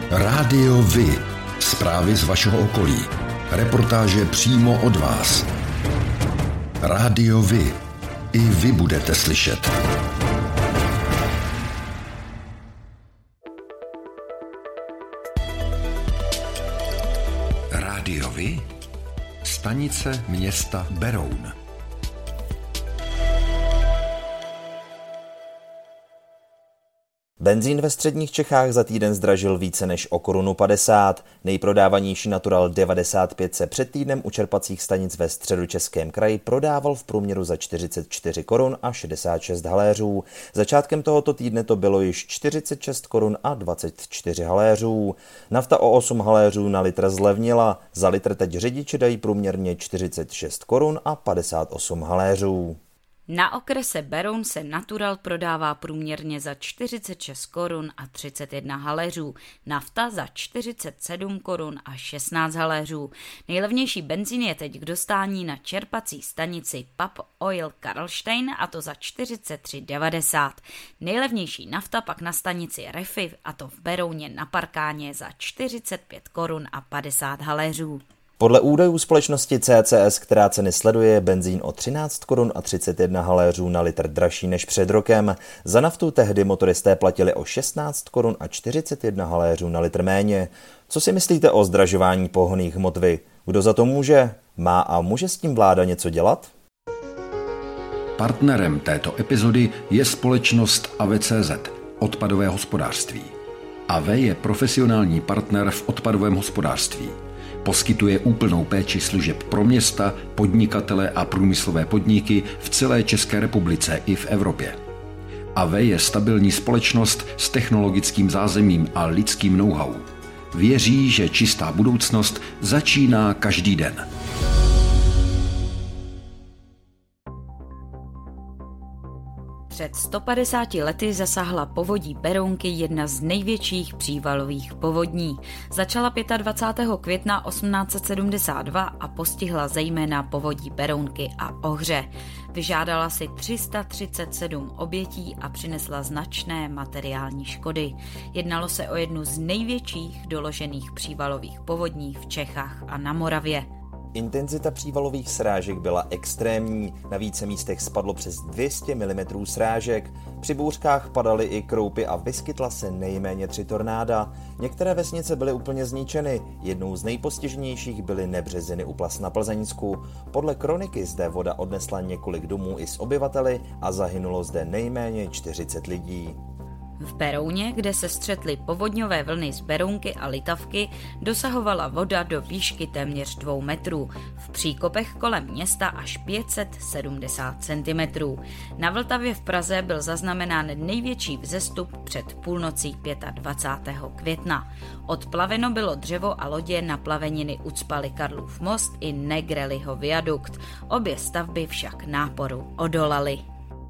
Rádio Vy. Zprávy z vašeho okolí. Reportáže přímo od vás. Rádio Vy. I vy budete slyšet. Rádio Vy. Stanice města Beroun. Benzín ve středních Čechách za týden zdražil více než o 1,50 Kč. Nejprodávanější Natural 95 se před týdnem u čerpacích stanic ve Středočeském kraji prodával v průměru za 44 korun a 66 haléřů. Začátkem tohoto týdne to bylo již 46 korun a 24 haléřů. Nafta o 8 haléřů na litr zlevnila. Za litr teď řidiči dají průměrně 46 korun a 58 haléřů. Na okrese Beroun se Natural prodává průměrně za 46 korun a 31 haléřů, nafta za 47 korun a 16 haléřů. Nejlevnější benzín je teď k dostání na čerpací stanici Pub Oil Karlštejn, a to za 43,90. Nejlevnější nafta pak na stanici Refy, a to v Berouně na Parkáně za 45 korun a 50 haléřů. Podle údajů společnosti CCS, která ceny sleduje, je benzín o 13 korun a 31 haléřů na litr dražší než před rokem. Za naftu tehdy motoristé platili o 16 korun a 41 haléřů na litr méně. Co si myslíte o zdražování pohonných hmot vy? Kdo za to může? Má a může s tím vláda něco dělat? Partnerem této epizody je společnost AVCZ, odpadové hospodářství. AV je profesionální partner v odpadovém hospodářství. Poskytuje úplnou péči služeb pro města, podnikatele a průmyslové podniky v celé České republice i v Evropě. AV je stabilní společnost s technologickým zázemím a lidským know-how. Věří, že čistá budoucnost začíná každý den. Před 150 lety zasáhla povodí Berounky jedna z největších přívalových povodní. Začala 25. května 1872 a postihla zejména povodí Berounky a Ohře. Vyžádala si 337 obětí a přinesla značné materiální škody. Jednalo se o jednu z největších doložených přívalových povodní v Čechách a na Moravě. Intenzita přívalových srážek byla extrémní, na více místech spadlo přes 200 mm srážek, při bouřkách padaly i kroupy a vyskytla se nejméně 3 tornáda. Některé vesnice byly úplně zničeny, jednou z nejpostiženějších byly Nebřeziny u Plas na Plzeňsku. Podle kroniky zde voda odnesla několik domů i s obyvateli a zahynulo zde nejméně 40 lidí. V Berouně, kde se střetly povodňové vlny z Berounky a Litavky, dosahovala voda do výšky téměř 2 metrů, v příkopech kolem města až 570 cm. Na Vltavě v Praze byl zaznamenán největší vzestup před půlnocí 25. května. Odplaveno bylo dřevo a lodě, na plaveniny ucpaly Karlův most i Negrelliho viadukt. Obě stavby však náporu odolaly.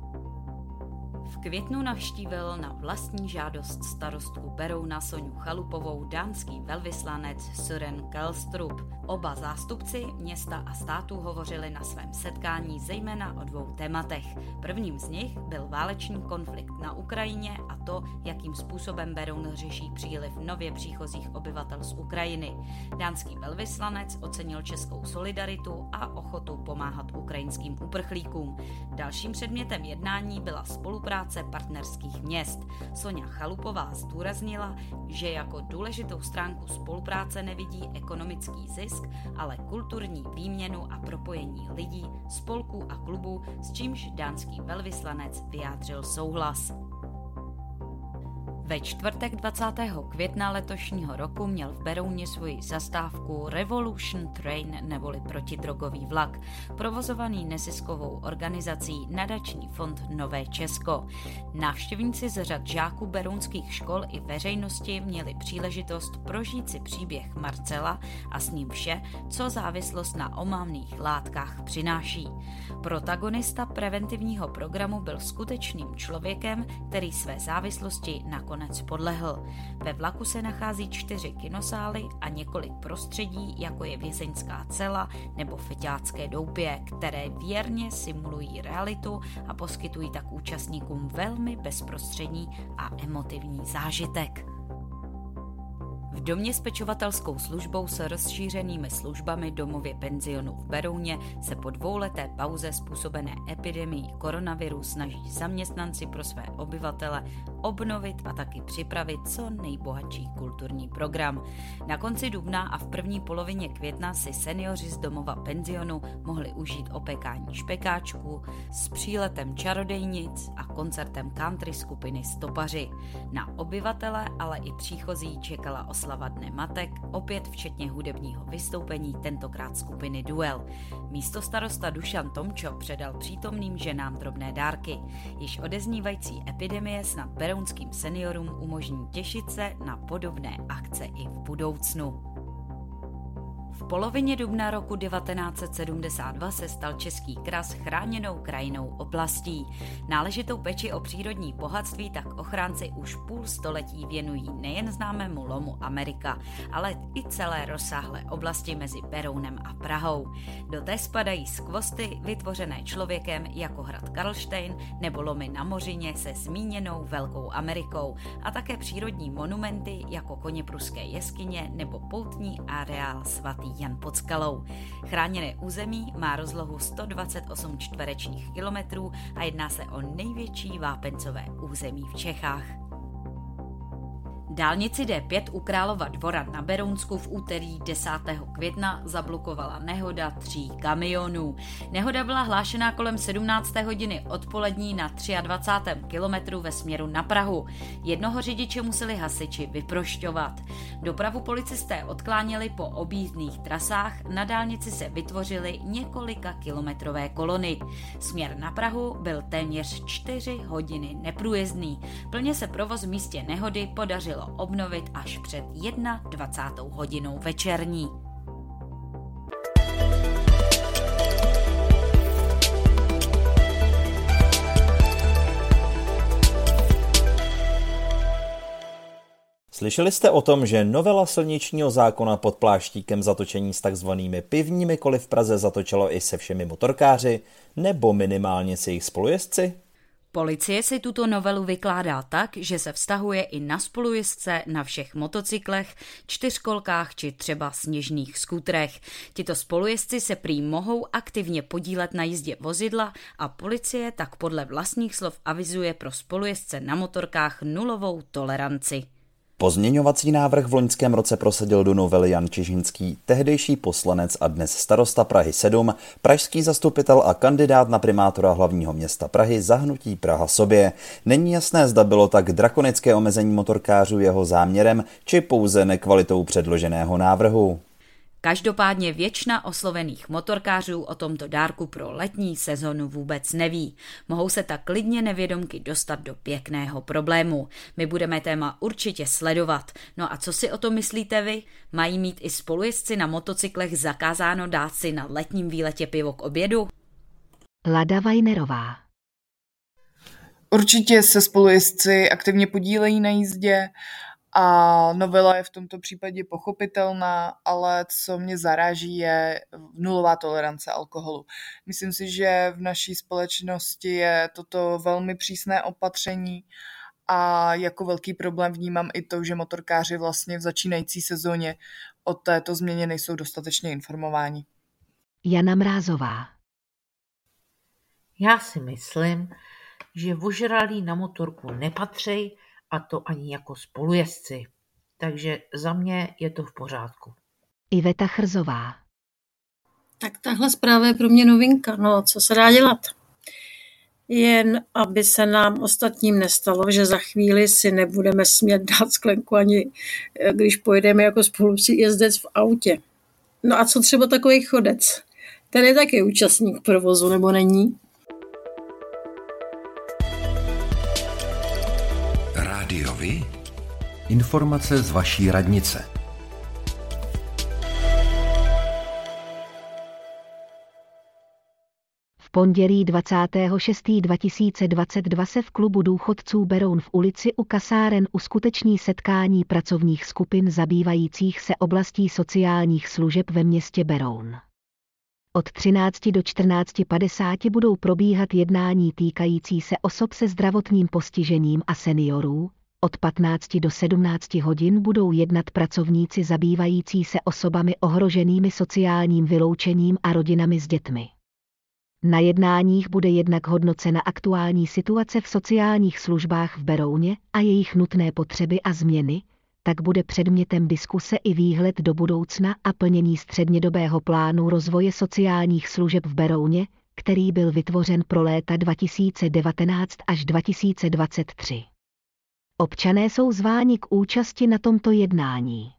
V květnu navštívil na vlastní žádost starostku Berouna Soňu Chalupovou dánský velvyslanec Søren Kelstrup. Oba zástupci města a státu hovořili na svém setkání zejména o 2 tématech. Prvním z nich byl válečný konflikt na Ukrajině a to, jakým způsobem Beroun řeší příliv nově příchozích obyvatel z Ukrajiny. Dánský velvyslanec ocenil českou solidaritu a ochotu pomáhat ukrajinským uprchlíkům. Dalším předmětem jednání byla spolupráce partnerských měst. Soňa Chalupová zdůraznila, že jako důležitou stránku spolupráce nevidí ekonomický zisk, ale kulturní výměnu a propojení lidí, spolků a klubů, s čímž dánský velvyslanec vyjádřil souhlas. Ve čtvrtek 20. května letošního roku měl v Berouně svoji zastávku Revolution Train neboli protidrogový vlak, provozovaný neziskovou organizací Nadační fond Nové Česko. Návštěvníci z řad žáků berounských škol i veřejnosti měli příležitost prožít si příběh Marcela a s ním vše, co závislost na omamných látkách přináší. Protagonista preventivního programu byl skutečným člověkem, který své závislosti nakonec podlehl. Ve vlaku se nachází 4 kinosály a několik prostředí, jako je vězeňská cela nebo feťácké doupě, které věrně simulují realitu a poskytují tak účastníkům velmi bezprostřední a emotivní zážitek. V domě s pečovatelskou službou s rozšířenými službami domově penzionu v Berouně se po dvouleté pauze způsobené epidemií koronaviru snaží zaměstnanci pro své obyvatele obnovit a taky připravit co nejbohatší kulturní program. Na konci dubna a v první polovině května si seniori z domova penzionu mohli užít opékání špekáčků s příletem čarodejnic a koncertem country skupiny Stopaři. Na obyvatele, ale i příchozí čekala oslava Dne matek, opět včetně hudebního vystoupení, tentokrát skupiny Duel. Místostarosta Dušan Tomčo předal přítomným ženám drobné dárky. Již odeznívající epidemie snad berounským seniorům umožní těšit se na podobné akce i v budoucnu. V polovině dubna roku 1972 se stal Český Kras chráněnou krajinnou oblastí. Náležitou péči o přírodní bohatství tak ochránci už půl století věnují nejen známému lomu Amerika, ale i celé rozsáhlé oblasti mezi Berounem a Prahou. Do té spadají skvosty vytvořené člověkem jako hrad Karlštejn nebo lomy na Mořině se zmíněnou Velkou Amerikou a také přírodní monumenty jako Koněpruské jeskyně nebo poutní areál svatý Jan pod Skalou. Chráněné území má rozlohu 128 čtverečních kilometrů a jedná se o největší vápencové území v Čechách. Dálnici D5 u Králova Dvora na Berounsku v úterý 10. května zablokovala nehoda 3 kamionů. Nehoda byla hlášená kolem 17. hodiny odpolední na 23. kilometru ve směru na Prahu. Jednoho řidiče museli hasiči vyprošťovat. Dopravu policisté odkláněli po objízdných trasách, na dálnici se vytvořily několika kilometrové kolony. Směr na Prahu byl téměř 4 hodiny neprůjezdný. Plně se provoz v místě nehody podařilo obnovit až před 21. hodinou večerní. Slyšeli jste o tom, že novela silničního zákona pod pláštíkem zatočení s takzvanými pivními koly v Praze zatočilo i se všemi motorkáři, nebo minimálně s jejich spolujezdci? Policie si tuto novelu vykládá tak, že se vztahuje i na spolujezdce na všech motocyklech, čtyřkolkách či třeba sněžných skútrech. Tito spolujezdci se prý mohou aktivně podílet na jízdě vozidla a policie tak podle vlastních slov avizuje pro spolujezdce na motorkách nulovou toleranci. Pozměňovací návrh v loňském roce prosadil do novely Jan Čižinský, tehdejší poslanec a dnes starosta Prahy 7, pražský zastupitel a kandidát na primátora hlavního města Prahy za hnutí Praha sobě. Není jasné, zda bylo tak drakonické omezení motorkářů jeho záměrem, či pouze nekvalitou předloženého návrhu. Každopádně většina oslovených motorkářů o tomto dárku pro letní sezonu vůbec neví. Mohou se tak klidně nevědomky dostat do pěkného problému. My budeme téma určitě sledovat. No a co si o tom myslíte vy? Mají mít i spolujezdci na motocyklech zakázáno dát si na letním výletě pivo k obědu? Lada Vajnerová. Určitě se spolujezdci aktivně podílejí na jízdě a novela je v tomto případě pochopitelná, ale co mě zaráží je nulová tolerance alkoholu. Myslím si, že v naší společnosti je toto velmi přísné opatření a jako velký problém vnímám i to, že motorkáři vlastně v začínající sezóně o této změně nejsou dostatečně informováni. Jana Mrázová. Já si myslím, že ožralí na motorku nepatří, a to ani jako spolujezdci. Takže za mě je to v pořádku. Iveta Chrzová. Tak tahle zpráva je pro mě novinka. No, co se dá dělat? Jen aby se nám ostatním nestalo, že za chvíli si nebudeme smět dát sklenku ani když pojedeme jako spolujezdec v autě. No a co třeba takový chodec? Ten je taky účastník provozu, nebo není? Rádiovi? Informace z vaší radnice. V pondělí 26.2022 se v klubu důchodců Beroun v ulici u kasáren uskuteční setkání pracovních skupin zabývajících se oblastí sociálních služeb ve městě Beroun. Od 13 do 14:50 budou probíhat jednání týkající se osob se zdravotním postižením a seniorů, Od 15 do 17 hodin budou jednat pracovníci zabývající se osobami ohroženými sociálním vyloučením a rodinami s dětmi. Na jednáních bude jednak hodnocena aktuální situace v sociálních službách v Berouně a jejich nutné potřeby a změny, tak bude předmětem diskuse i výhled do budoucna a plnění střednědobého plánu rozvoje sociálních služeb v Berouně, který byl vytvořen pro léta 2019 až 2023. Občané jsou zváni k účasti na tomto jednání.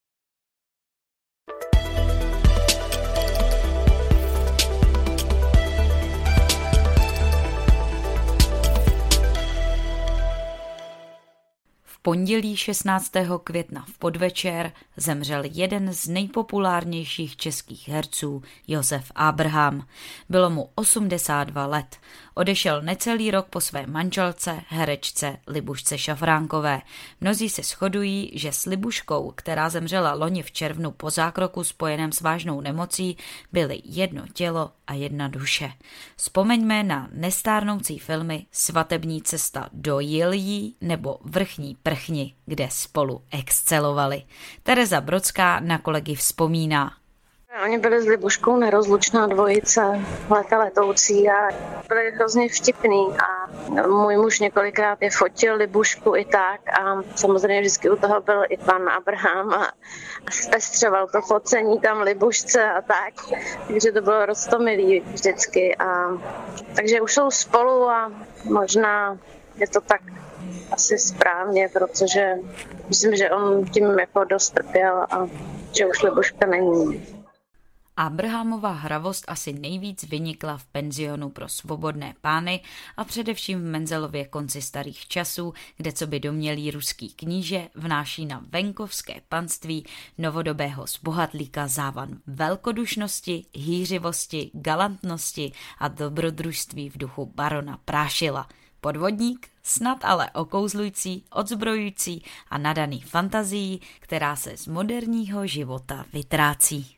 V pondělí 16. května v podvečer zemřel jeden z nejpopulárnějších českých herců Josef Abrham. Bylo mu 82 let. Odešel necelý rok po své manželce, herečce Libušce Šafránkové. Mnozí se shodují, že s Libuškou, která zemřela loni v červnu po zákroku spojeném s vážnou nemocí, byly jedno tělo a jedna duše. Vzpomeňme na nestárnoucí filmy Svatební cesta do Jiljí nebo Vrchní prchni, kde spolu excelovali. Tereza Brodská na kolegy vzpomíná. Oni byli s Libuškou nerozlučná dvojice, léta letoucí a byli hrozně vtipný a můj muž několikrát je fotil Libušku i tak a samozřejmě vždycky u toho byl i pan Abrham a zpestřoval to focení tam Libušce a tak, takže to bylo roztomilý vždycky takže už jsou spolu a možná je to tak asi správně, protože myslím, že on tím jako dost trpěl a že už Libuška není. Abrahamova hravost asi nejvíc vynikla v penzionu pro svobodné pány a především v Menzelově konci starých časů, kde coby domělý ruský kníže vnáší na venkovské panství novodobého zbohatlíka závan velkodušnosti, hýřivosti, galantnosti a dobrodružství v duchu barona Prášila. Podvodník, snad ale okouzlující, odzbrojující a nadaný fantazií, která se z moderního života vytrácí.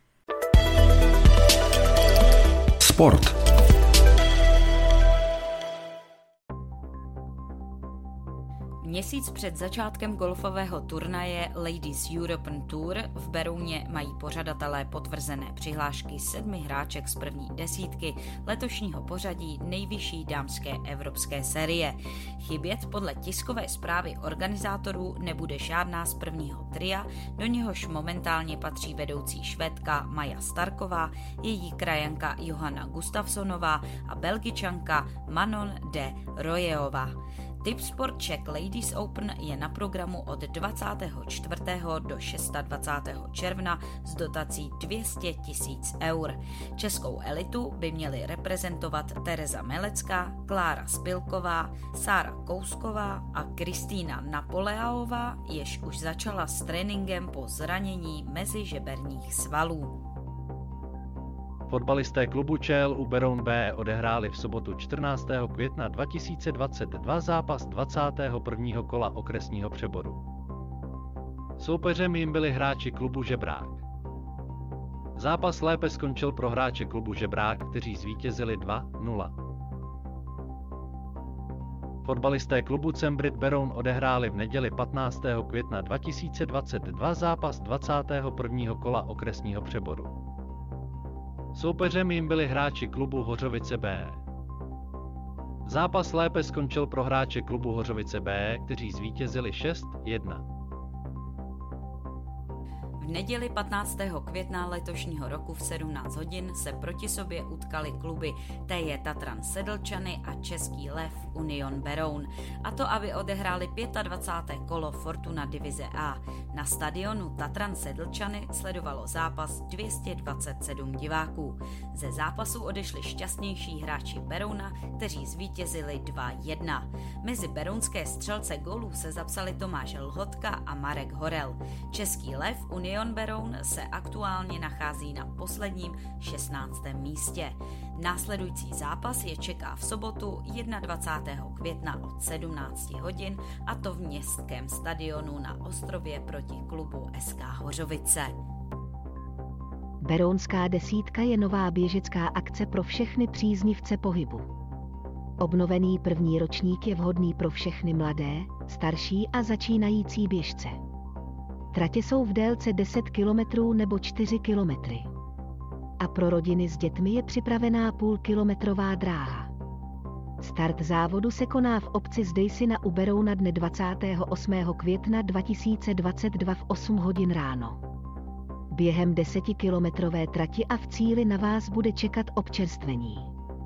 Sport. Měsíc před začátkem golfového turnaje Ladies European Tour v Berouně mají pořadatelé potvrzené přihlášky 7 hráček z první desítky letošního pořadí nejvyšší dámské evropské série. Chybět podle tiskové zprávy organizátorů nebude žádná z prvního tria, do něhož momentálně patří vedoucí Švédka Maja Starková, její krajanka Johanna Gustafsonová a Belgičanka Manon de Rojeová. Tipsport Czech Ladies Open je na programu od 24. do 26. června s dotací 200 000 eur. Českou elitu by měly reprezentovat Tereza Melecká, Klára Spilková, Sára Kousková a Kristýna Napoleaová, jež už začala s tréninkem po zranění mezižeberních svalů. Fotbalisté klubu ČL u Beroun B odehráli v sobotu 14. května 2022 zápas 21. kola okresního přeboru. Soupeřem jim byli hráči klubu Žebrák. Zápas lépe skončil pro hráče klubu Žebrák, kteří zvítězili 2-0. Fotbalisté klubu Cembrit Beroun odehráli v neděli 15. května 2022 zápas 21. kola okresního přeboru. Soupeřem jim byli hráči klubu Hořovice B. Zápas lépe skončil pro hráče klubu Hořovice B, kteří zvítězili 6-1. V neděli 15. května letošního roku v 17 hodin se proti sobě utkali kluby TJ Tatran Sedlčany a Český lev Union Beroun. A to, aby odehráli 25. kolo Fortuna divize A. Na stadionu Tatran Sedlčany sledovalo zápas 227 diváků. Ze zápasu odešli šťastnější hráči Berouna, kteří zvítězili 2-1. Mezi berounské střelce gólů se zapsali Tomáš Lhotka a Marek Horel. Český lev Union Beroun se aktuálně nachází na posledním 16. místě. Následující zápas je čeká v sobotu 21. května od 17 hodin, a to v městském stadionu na Ostrově proti klubu SK Hořovice. Berounská desítka je nová běžecká akce pro všechny příznivce pohybu. Obnovený první ročník je vhodný pro všechny mladé, starší a začínající běžce. Tratě jsou v délce 10 km nebo 4 km. A pro rodiny s dětmi je připravená půlkilometrová dráha. Start závodu se koná v obci Zdejsina u Berouna dne 28. května 2022 v 8 hodin ráno. Během 10kilometrové trati a v cíli na vás bude čekat občerstvení.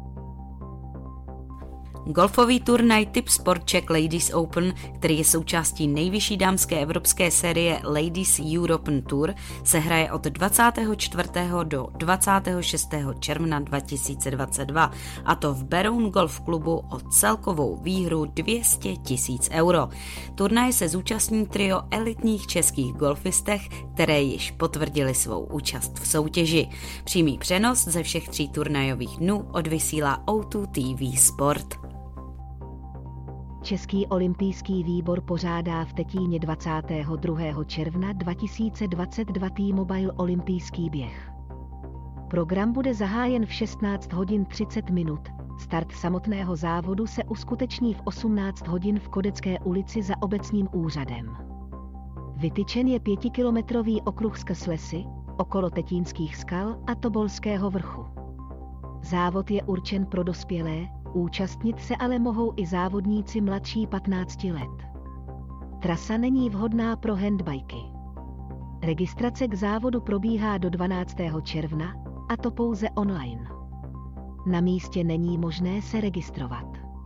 Golfový turnaj Tip Sport Czech Ladies Open, který je součástí nejvyšší dámské evropské série Ladies European Tour, se hraje od 24. do 26. června 2022, a to v Beroun Golf klubu o celkovou výhru 200 000 euro. Turnaj se zúčastní trio elitních českých golfistech, které již potvrdili svou účast v soutěži. Přímý přenos ze všech 3 turnajových dnů odvysílá O2 TV Sport. Český olympijský výbor pořádá v Tetíně 22. června 2022 T-Mobile olympijský běh. Program bude zahájen v 16 hodin 30 minut. Start samotného závodu se uskuteční v 18 hodin v Kodecké ulici za obecním úřadem. Vytyčen je 5kilometrový okruh skrz lesy, okolo Tetínských skal a Tobolského vrchu. Závod je určen pro dospělé, účastnit se ale mohou i závodníci mladší 15 let. Trasa není vhodná pro handbajky. Registrace k závodu probíhá do 12. června, a to pouze online. Na místě není možné se registrovat.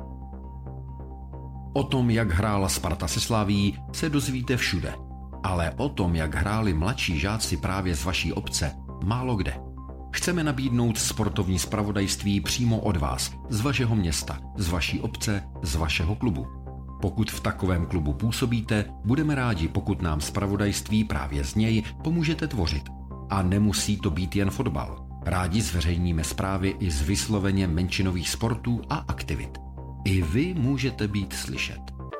O tom, jak hrála Sparta se Slavií, se dozvíte všude. Ale o tom, jak hráli mladší žáci právě z vaší obce, málo kde. Chceme nabídnout sportovní zpravodajství přímo od vás, z vašeho města, z vaší obce, z vašeho klubu. Pokud v takovém klubu působíte, budeme rádi, pokud nám zpravodajství právě z něj pomůžete tvořit. A nemusí to být jen fotbal. Rádi zveřejníme zprávy i z vysloveně menšinových sportů a aktivit. I vy můžete být slyšet.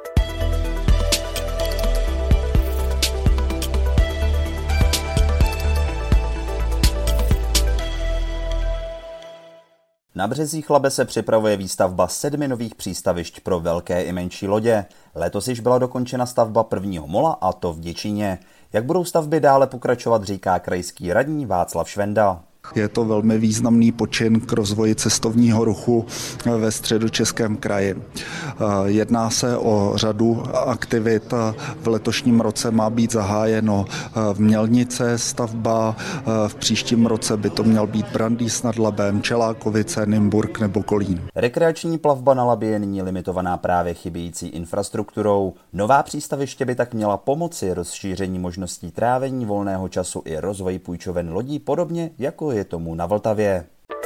Na březích Labe se připravuje výstavba 7 nových přístavišť pro velké i menší lodě. Letos již byla dokončena stavba prvního mola, a to v Děčíně. Jak budou stavby dále pokračovat, říká krajský radní Václav Švenda. Je to velmi významný počin k rozvoji cestovního ruchu ve Středočeském kraji. Jedná se o řadu aktivit. V letošním roce má být zahájeno v Mělnice stavba, v příštím roce by to měl být Brandýs nad Labem, Čelákovice, Nymburk nebo Kolín. Rekreační plavba na Labě je nyní limitovaná právě chybějící infrastrukturou. Nová přístaviště by tak měla pomoci rozšíření možností trávení volného času i rozvoji půjčoven lodí, podobně jako je tomu na Vltavě.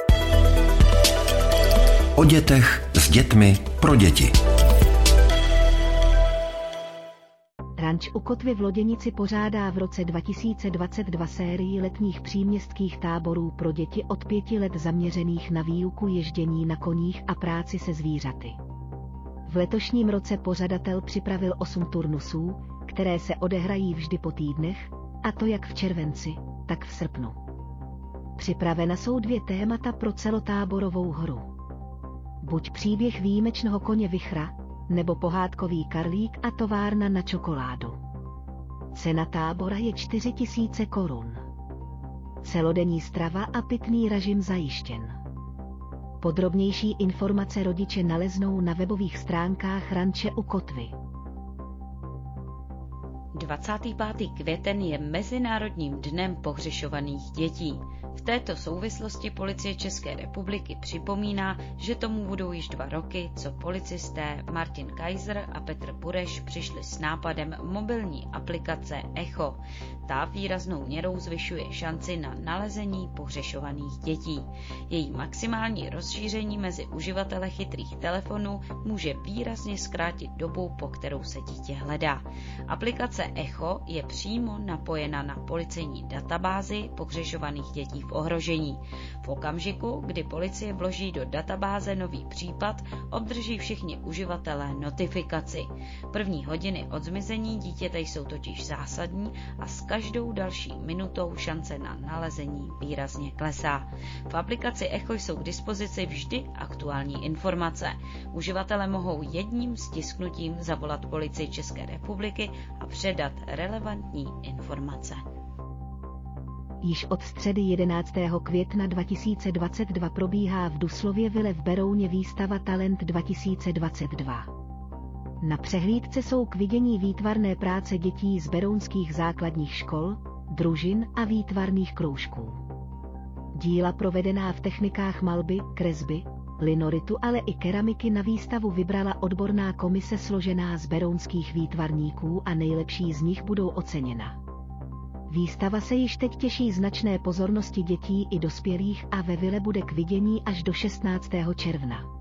O dětech, s dětmi, pro děti. Ranč u Kotvy v Loděnici pořádá v roce 2022 sérii letních příměstských táborů pro děti od 5 let zaměřených na výuku ježdění na koních a práci se zvířaty. V letošním roce pořadatel připravil 8 turnusů, které se odehrají vždy po týdnech, a to jak v červenci, tak v srpnu. Připravena jsou 2 témata pro celotáborovou hru. Buď příběh výjimečného koně Vichra, nebo pohádkový Karlík a továrna na čokoládu. Cena tábora je 4 000 korun. Celodenní strava a pitný režim zajištěn. Podrobnější informace rodiče naleznou na webových stránkách Ranče u Kotvy. 25. květen je Mezinárodním dnem pohřešovaných dětí. V této souvislosti Policie České republiky připomíná, že tomu budou již 2 roky, co policisté Martin Kaiser a Petr Bureš přišli s nápadem mobilní aplikace Echo. Ta výraznou měrou zvyšuje šanci na nalezení pohřešovaných dětí. Její maximální rozšíření mezi uživatele chytrých telefonů může výrazně zkrátit dobu, po kterou se dítě hledá. Aplikace Echo je přímo napojena na policejní databázi pohřešovaných dětí v ohrožení. V okamžiku, kdy policie vloží do databáze nový případ, obdrží všichni uživatelé notifikaci. První hodiny od zmizení dítěte jsou totiž zásadní a s každou další minutou šance na nalezení výrazně klesá. V aplikaci Echo jsou k dispozici vždy aktuální informace. Uživatelé mohou jedním stisknutím zavolat Policii České republiky a předat relevantní informace. Již od středy 11. května 2022 probíhá v Duslově vile v Berouně výstava Talent 2022. Na přehlídce jsou k vidění výtvarné práce dětí z berounských základních škol, družin a výtvarných kroužků. Díla provedená v technikách malby, kresby, linoritu, ale i keramiky na výstavu vybrala odborná komise složená z berounských výtvarníků a nejlepší z nich budou oceněna. Výstava se již teď těší značné pozornosti dětí i dospělých a ve vile bude k vidění až do 16. června.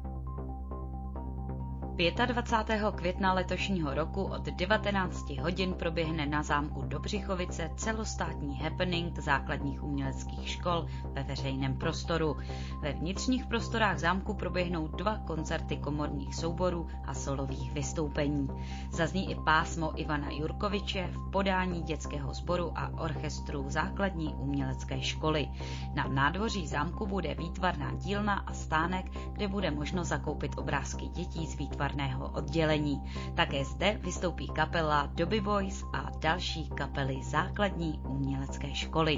25. května letošního roku od 19 hodin proběhne na zámku Dobřichovice celostátní happening základních uměleckých škol ve veřejném prostoru. Ve vnitřních prostorách zámku proběhnou 2 koncerty komorních souborů a solových vystoupení. Zazní i pásmo Ivana Jurkoviče v podání dětského sboru a orchestru základní umělecké školy. Na nádvoří zámku bude výtvarná dílna a stánek, kde bude možno zakoupit obrázky dětí z výtvarného oddělení. Také zde vystoupí kapela Dobby Boys a další kapely základní umělecké školy.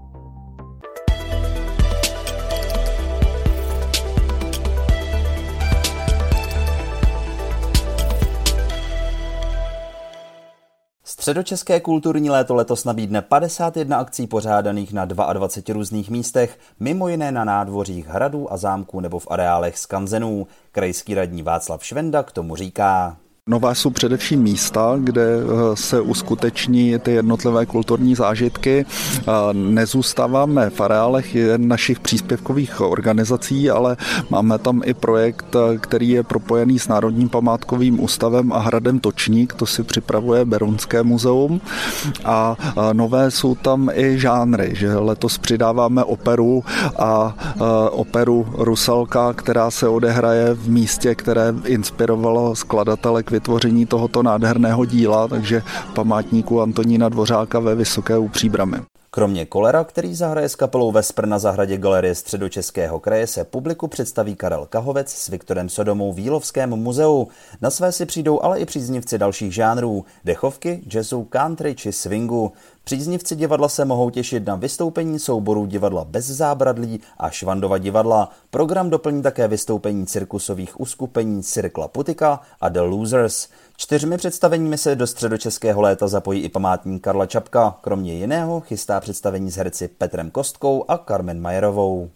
Středočeské kulturní léto letos nabídne 51 akcí pořádaných na 22 různých místech, mimo jiné na nádvořích hradů a zámků nebo v areálech skanzenů. Krajský radní Václav Švenda k tomu říká: Nová jsou především místa, kde se uskuteční ty jednotlivé kulturní zážitky. Nezůstáváme v areálech našich příspěvkových organizací, ale máme tam i projekt, který je propojený s Národním památkovým ústavem a hradem Točník, to si připravuje Berounské muzeum. A nové jsou tam i žánry, že letos přidáváme operu a operu Rusalka, která se odehraje v místě, které inspirovalo skladatele k vytvoření tohoto nádherného díla, takže památníku Antonína Dvořáka ve Vysoké u Příbrami. Kromě Kolera, který zahraje s kapelou Vespr na zahradě Galerie Středočeského kraje, se publiku představí Karel Kahovec s Viktorem Sodomou v Jílovském muzeu. Na své si přijdou ale i příznivci dalších žánrů, dechovky, jazzu, country či swingu. Příznivci divadla se mohou těšit na vystoupení souborů divadla Bez zábradlí a Švandova divadla. Program doplní také vystoupení cirkusových uskupení Cirkla Putika a The Losers. 4 představeními se do středočeského léta zapojí i památník Karla Čapka. Kromě jiného chystá představení s herci Petrem Kostkou a Carmen Majerovou.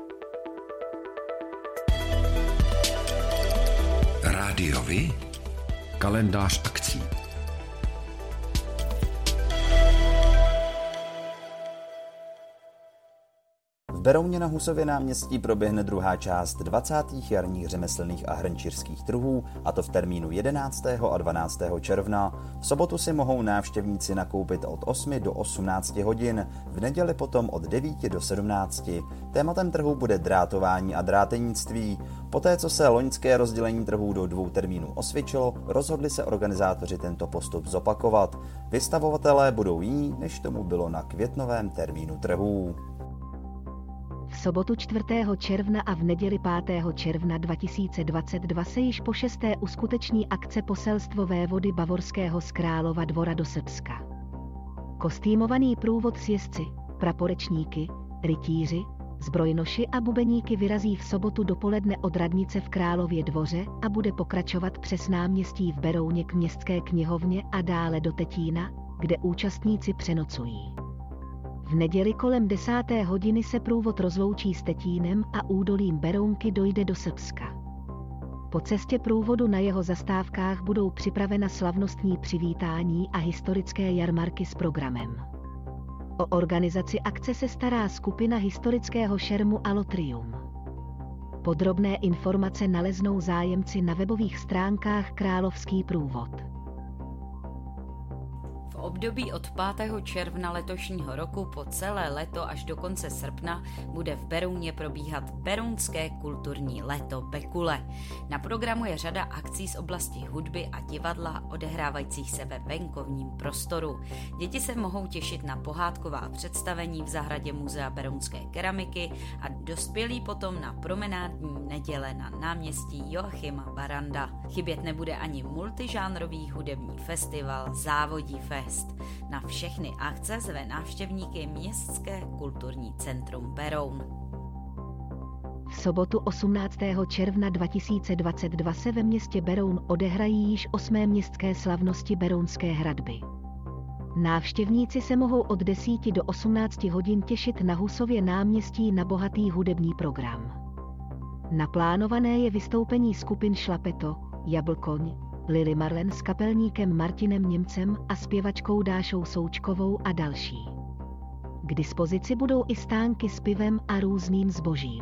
Rádiovi? Kalendář akcí. V Berouně na Husově náměstí proběhne druhá část 20. jarních řemeslných a hrnčířských trhů, a to v termínu 11. a 12. června. V sobotu si mohou návštěvníci nakoupit od 8 do 18 hodin, v neděli potom od 9 do 17. Tématem trhu bude drátování a drátenictví. Poté, co se loňské rozdělení trhů do 2 termínů osvědčilo, rozhodli se organizátoři tento postup zopakovat. Vystavovatelé budou jiní, než tomu bylo na květnovém termínu trhů. V sobotu 4. června a v neděli 5. června 2022 se již po 6. uskuteční akce Poselstvo vévody Bavorského z Králova Dvora do Srbska. Kostýmovaný průvod s jezdci, praporečníky, rytíři, zbrojnoši a bubeníky vyrazí v sobotu dopoledne od radnice v Králově Dvoře a bude pokračovat přes náměstí v Berouně k městské knihovně a dále do Tetína, kde účastníci přenocují. V neděli kolem 10. hodiny se průvod rozloučí s Tetínem a údolím Berounky dojde do Srbska. Po cestě průvodu na jeho zastávkách budou připravena slavnostní přivítání a historické jarmarky s programem. O organizaci akce se stará skupina historického šermu Alotrium. Podrobné informace naleznou zájemci na webových stránkách Královský průvod. V období od 5. června letošního roku po celé léto až do konce srpna bude v Berouně probíhat Berounské kulturní léto Bekule. Na programu je řada akcí z oblasti hudby a divadla odehrávajících se ve venkovním prostoru. Děti se mohou těšit na pohádková představení v zahradě Muzea berounské keramiky a dospělí potom na promenádní neděle na náměstí Joachima Baranda. Chybět nebude ani multižánrový hudební festival Závodí Fest. Na všechny akce zve návštěvníky Městské kulturní centrum Beroun. V sobotu 18. června 2022 se ve městě Beroun odehrají již 8. městské slavnosti Berounské hradby. Návštěvníci se mohou od 10 do 18 hodin těšit na Husově náměstí na bohatý hudební program. Naplánované je vystoupení skupin Šlapeto, Jablkoň, Lily Marlen s kapelníkem Martinem Němcem a zpěvačkou Dášou Součkovou a další. K dispozici budou i stánky s pivem a různým zbožím.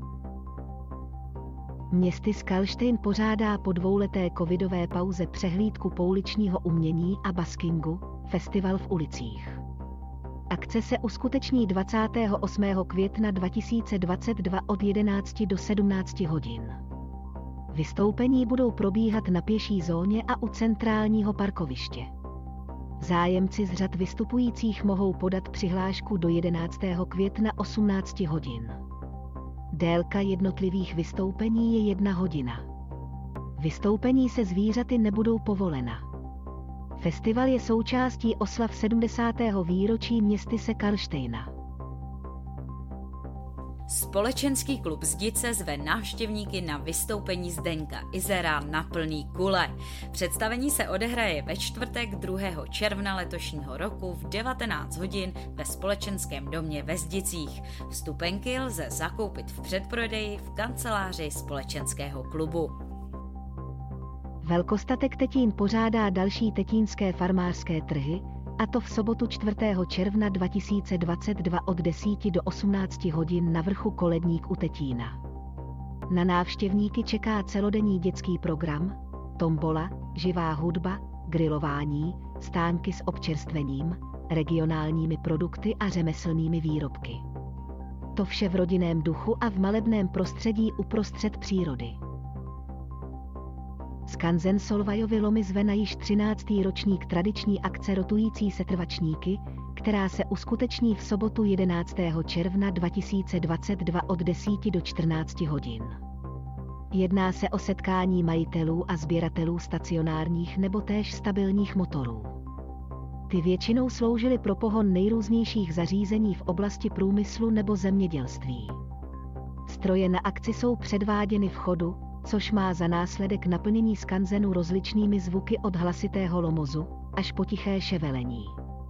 Městy Karlštejn pořádá po dvouleté covidové pauze přehlídku pouličního umění a baskingu, festival v ulicích. Akce se uskuteční 28. května 2022 od 11 do 17 hodin. Vystoupení budou probíhat na pěší zóně a u centrálního parkoviště. Zájemci z řad vystupujících mohou podat přihlášku do 11. května 18 hodin. Délka jednotlivých vystoupení je 1 hodina. Vystoupení se zvířaty nebudou povolena. Festival je součástí oslav 70. výročí městyse Karlštejna. Společenský klub Zdice zve návštěvníky na vystoupení Zdeňka Izera na plný kule. Představení se odehraje ve čtvrtek 2. června letošního roku v 19 hodin ve Společenském domě ve Zdicích. Vstupenky lze zakoupit v předprodeji v kanceláři Společenského klubu. Velkostatek Tetín pořádá další tetínské farmářské trhy, a to v sobotu 4. června 2022 od 10 do 18 hodin na vrchu Koledník u Tetína. Na návštěvníky čeká celodenní dětský program, tombola, živá hudba, grilování, stánky s občerstvením, regionálními produkty a řemeslnými výrobky. To vše v rodinném duchu a v malebném prostředí uprostřed přírody. Skanzen Solvajovy lomy zve na již 13. ročník tradiční akce Rotující se trvačníky, která se uskuteční v sobotu 11. června 2022 od 10 do 14 hodin. Jedná se o setkání majitelů a sběratelů stacionárních nebo též stabilních motorů. Ty většinou sloužily pro pohon nejrůznějších zařízení v oblasti průmyslu nebo zemědělství. Stroje na akci jsou předváděny v chodu, což má za následek naplnění skanzenu rozličnými zvuky od hlasitého lomozu až po tiché ševelení.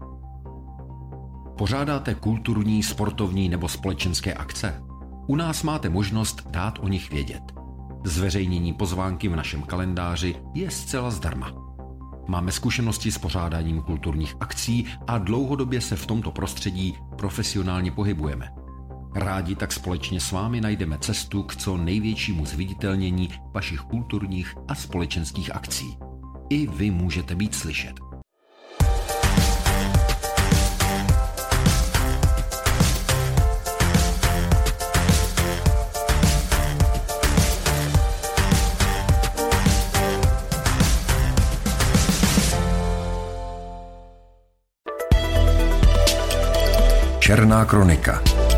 Pořádáte kulturní, sportovní nebo společenské akce? U nás máte možnost dát o nich vědět. Zveřejnění pozvánky v našem kalendáři je zcela zdarma. Máme zkušenosti s pořádáním kulturních akcí a dlouhodobě se v tomto prostředí profesionálně pohybujeme. Rádi tak společně s vámi najdeme cestu k co největšímu zviditelnění vašich kulturních a společenských akcí. I vy můžete být slyšet. Černá kronika.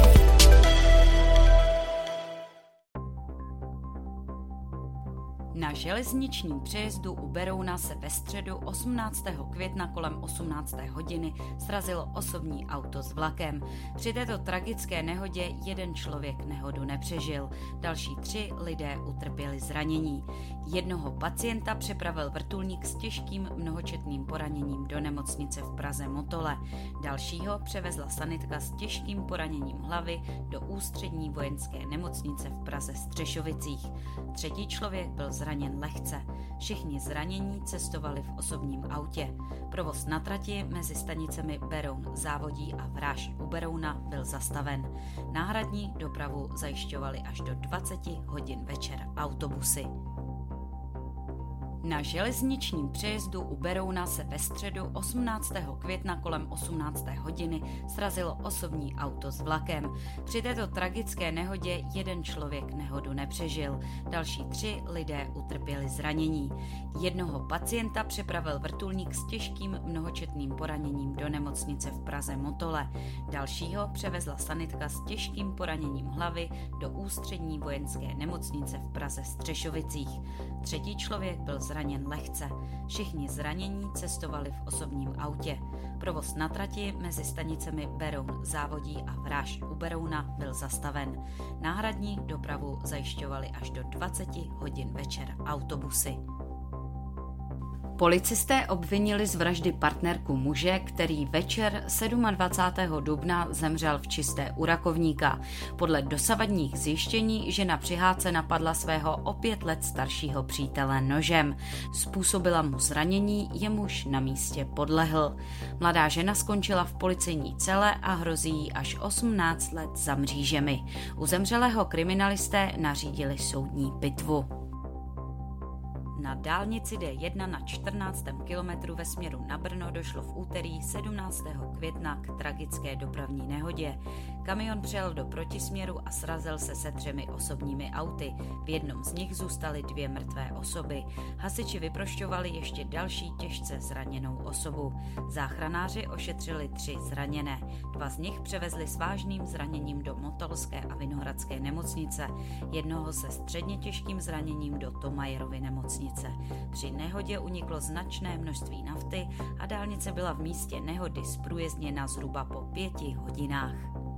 Na železničním přejezdu u Berouna se ve středu 18. května kolem 18. hodiny srazilo osobní auto s vlakem. Při této tragické nehodě jeden člověk nehodu nepřežil, další 3 lidé utrpěli zranění. Jednoho pacienta přepravil vrtulník s těžkým mnohočetným poraněním do nemocnice v Praze Motole. Dalšího převezla sanitka s těžkým poraněním hlavy do ústřední vojenské nemocnice v Praze Střešovicích. 3. člověk byl zraněn lehce. Všichni zranění cestovali v osobním autě. Provoz na trati mezi stanicemi Beroun Závodí a Vráž u Berouna byl zastaven. Náhradní dopravu zajišťovali až do 20 hodin večer autobusy. Na železničním přejezdu u Berouna se ve středu 18. května kolem 18. hodiny srazilo osobní auto s vlakem. Při této tragické nehodě jeden člověk nehodu nepřežil, další 3 lidé utrpěli zranění. Jednoho pacienta přepravil vrtulník s těžkým mnohočetným poraněním do nemocnice v Praze Motole. Dalšího převezla sanitka s těžkým poraněním hlavy do ústřední vojenské nemocnice v Praze Střešovicích. 3. člověk byl zraněn lehce. Všichni zranění cestovali v osobním autě. Provoz na trati mezi stanicemi Beroun Závodí a Vráž u Berouna byl zastaven. Náhradní dopravu zajišťovali až do 20 hodin večer autobusy. Policisté obvinili z vraždy partnerku muže, který večer 27. dubna zemřel v Čisté u Rakovníka. Podle dosavadních zjištění žena při hádce napadla svého o 5 let staršího přítele nožem. Způsobila mu zranění, jemuž na místě podlehl. Mladá žena skončila v policejní cele a hrozí jí až 18 let za mřížemi. U zemřelého kriminalisté nařídili soudní pitvu. Na dálnici D1 na 14. kilometru ve směru na Brno došlo v úterý 17. května k tragické dopravní nehodě. Kamion přijel do protisměru a srazil se se 3 osobními auty. V jednom z nich zůstaly 2 mrtvé osoby. Hasiči vyprošťovali ještě další těžce zraněnou osobu. Záchranáři ošetřili 3 zraněné. 2 z nich převezli s vážným zraněním do Motolské a Vinohradské nemocnice. Jednoho se středně těžkým zraněním do Thomayerovy nemocnice. Při nehodě uniklo značné množství nafty a dálnice byla v místě nehody zprůjezdněna zhruba po 5 hodinách.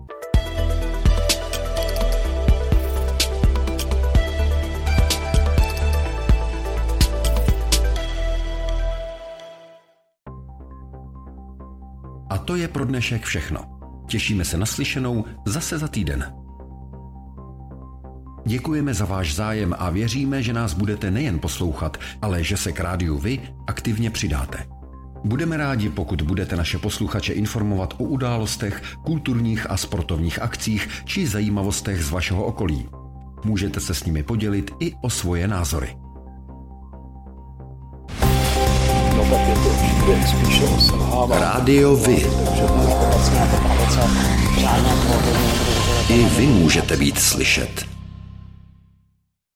A to je pro dnešek všechno. Těšíme se na slyšenou zase za týden. Děkujeme za váš zájem a věříme, že nás budete nejen poslouchat, ale že se k rádiu vy aktivně přidáte. Budeme rádi, pokud budete naše posluchače informovat o událostech, kulturních a sportovních akcích či zajímavostech z vašeho okolí. Můžete se s nimi podělit i o svoje názory. Rádio Vy. I vy můžete být slyšet.